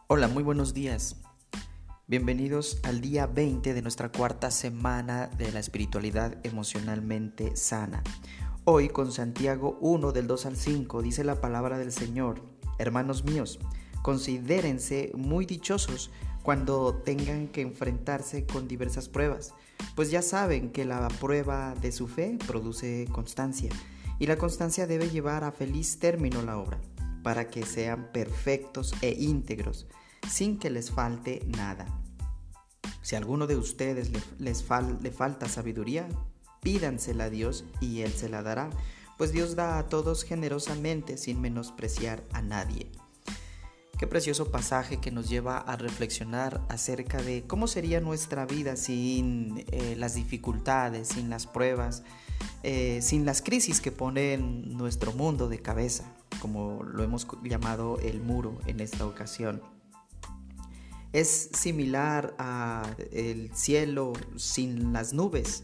Hola, muy buenos días. Bienvenidos al día 20 de nuestra cuarta semana de la espiritualidad emocionalmente sana. Hoy con Santiago 1 del 2 al 5 dice la palabra del Señor: Hermanos míos, considérense muy dichosos cuando tengan que enfrentarse con diversas pruebas, pues ya saben que la prueba de su fe produce constancia, y la constancia debe llevar a feliz término la obra, para que sean perfectos e íntegros, sin que les falte nada. Si a alguno de ustedes le falta sabiduría, pídansela a Dios y Él se la dará, pues Dios da a todos generosamente sin menospreciar a nadie. Qué precioso pasaje que nos lleva a reflexionar acerca de cómo sería nuestra vida sin las dificultades, sin las pruebas, sin las crisis que ponen nuestro mundo de cabeza, como lo hemos llamado el muro en esta ocasión. Es similar a el cielo sin las nubes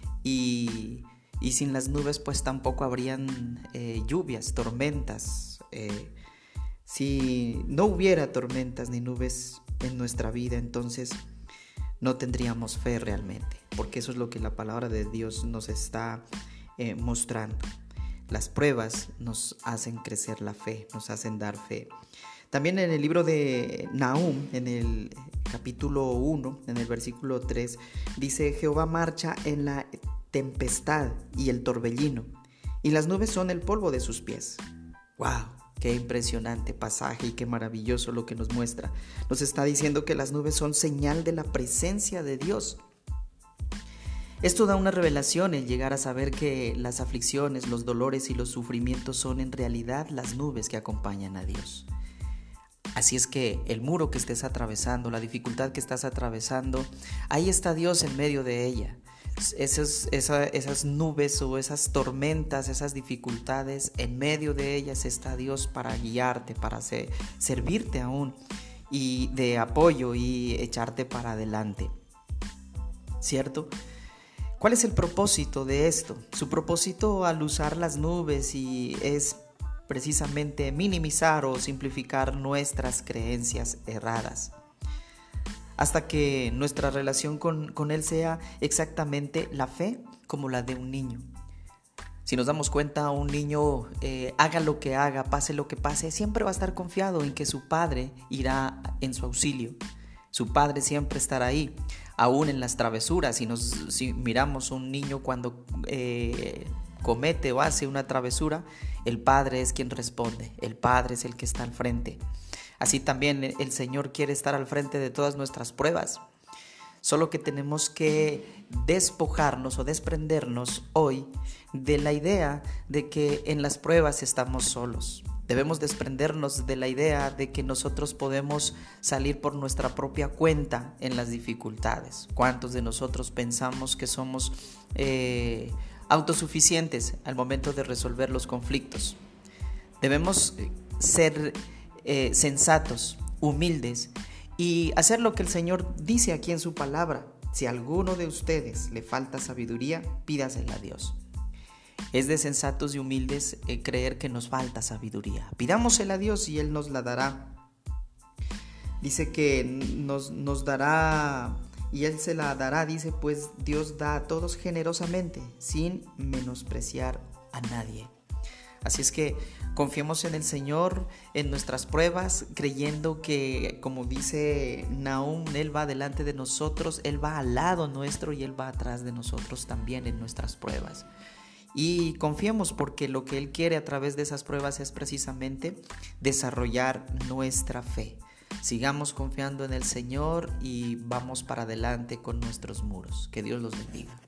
y sin las nubes pues tampoco habrían lluvias, tormentas. Si no hubiera tormentas ni nubes en nuestra vida, entonces no tendríamos fe realmente, porque eso es lo que la palabra de Dios nos está mostrando. Las pruebas nos hacen crecer la fe, nos hacen dar fe. También en el libro de Nahum, en el capítulo 1, en el versículo 3, dice: Jehová marcha en la tempestad y el torbellino, y las nubes son el polvo de sus pies. ¡Wow! Qué impresionante pasaje y qué maravilloso lo que nos muestra. Nos está diciendo que las nubes son señal de la presencia de Dios. Esto da una revelación, el llegar a saber que las aflicciones, los dolores y los sufrimientos son en realidad las nubes que acompañan a Dios. Así es que el muro que estés atravesando, la dificultad que estás atravesando, ahí está Dios en medio de ella. Esas nubes o esas tormentas, esas dificultades, en medio de ellas está Dios para guiarte, para servirte aún y de apoyo y echarte para adelante, ¿cierto? ¿Cuál es el propósito de esto? Su propósito al usar las nubes es precisamente minimizar o simplificar nuestras creencias erradas, hasta que nuestra relación con Él sea exactamente la fe como la de un niño. Si nos damos cuenta, un niño haga lo que haga, pase lo que pase, siempre va a estar confiado en que su padre irá en su auxilio. Su padre siempre estará ahí, aún en las travesuras. Si miramos a un niño cuando comete o hace una travesura, el padre es quien responde, el padre es el que está al frente. Así también el Señor quiere estar al frente de todas nuestras pruebas. Solo que tenemos que despojarnos o desprendernos hoy de la idea de que en las pruebas estamos solos. Debemos desprendernos de la idea de que nosotros podemos salir por nuestra propia cuenta en las dificultades. ¿Cuántos de nosotros pensamos que somos autosuficientes al momento de resolver los conflictos? Debemos ser sensatos, humildes y hacer lo que el Señor dice aquí en su palabra. Si a alguno de ustedes le falta sabiduría, pídasela a Dios. Es de sensatos y humildes creer que nos falta sabiduría. Pidámosela a Dios y Él nos la dará. Dice que nos dará y Él se la dará. Dice, pues Dios da a todos generosamente, sin menospreciar a nadie. Así es que confiemos en el Señor, en nuestras pruebas, creyendo que, como dice Nahum, Él va delante de nosotros, Él va al lado nuestro y Él va atrás de nosotros también en nuestras pruebas. Y confiemos, porque lo que Él quiere a través de esas pruebas es precisamente desarrollar nuestra fe. Sigamos confiando en el Señor y vamos para adelante con nuestros muros. Que Dios los bendiga.